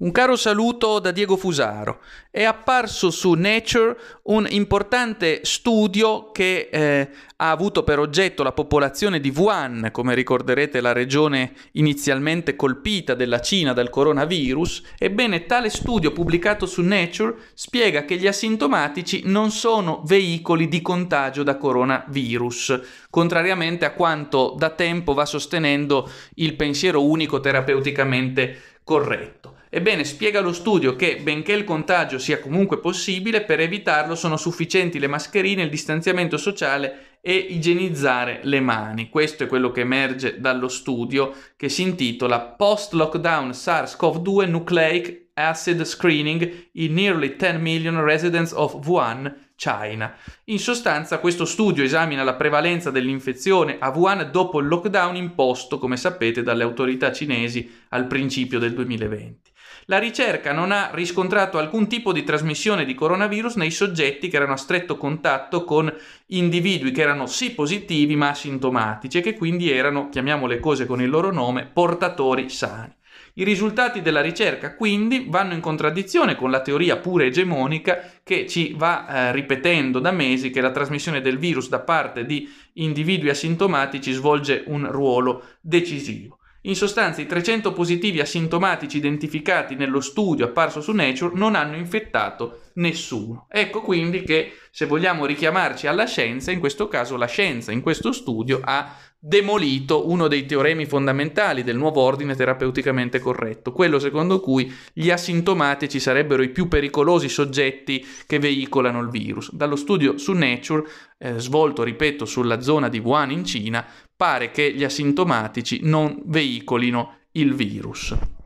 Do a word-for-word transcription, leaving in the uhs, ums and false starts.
Un caro saluto da Diego Fusaro. È apparso su Nature un importante studio che eh, ha avuto per oggetto la popolazione di Wuhan, come ricorderete la regione inizialmente colpita della Cina dal coronavirus. Ebbene, tale studio pubblicato su Nature spiega che gli asintomatici non sono veicoli di contagio da coronavirus, contrariamente a quanto da tempo va sostenendo il pensiero unico terapeuticamente corretto. Ebbene, spiega lo studio che, benché il contagio sia comunque possibile, per evitarlo sono sufficienti le mascherine, il distanziamento sociale e igienizzare le mani. Questo è quello che emerge dallo studio, che si intitola Post-Lockdown SARS-CoV due Nucleic Acid Screening in Nearly ten million Residents of Wuhan, China. In sostanza, questo studio esamina la prevalenza dell'infezione a Wuhan dopo il lockdown imposto, come sapete, dalle autorità cinesi al principio del duemilaventi. La ricerca non ha riscontrato alcun tipo di trasmissione di coronavirus nei soggetti che erano a stretto contatto con individui che erano sì positivi ma asintomatici e che quindi erano, chiamiamo le cose con il loro nome, portatori sani. I risultati della ricerca quindi vanno in contraddizione con la teoria pure egemonica che ci va eh, ripetendo da mesi che la trasmissione del virus da parte di individui asintomatici svolge un ruolo decisivo. In sostanza, i trecento positivi asintomatici identificati nello studio apparso su Nature non hanno infettato nessuno. Ecco quindi che, se vogliamo richiamarci alla scienza, in questo caso la scienza in questo studio ha demolito uno dei teoremi fondamentali del nuovo ordine terapeuticamente corretto, quello secondo cui gli asintomatici sarebbero i più pericolosi soggetti che veicolano il virus. Dallo studio su Nature, eh, svolto, ripeto, sulla zona di Wuhan in Cina, pare che gli asintomatici non veicolino il virus.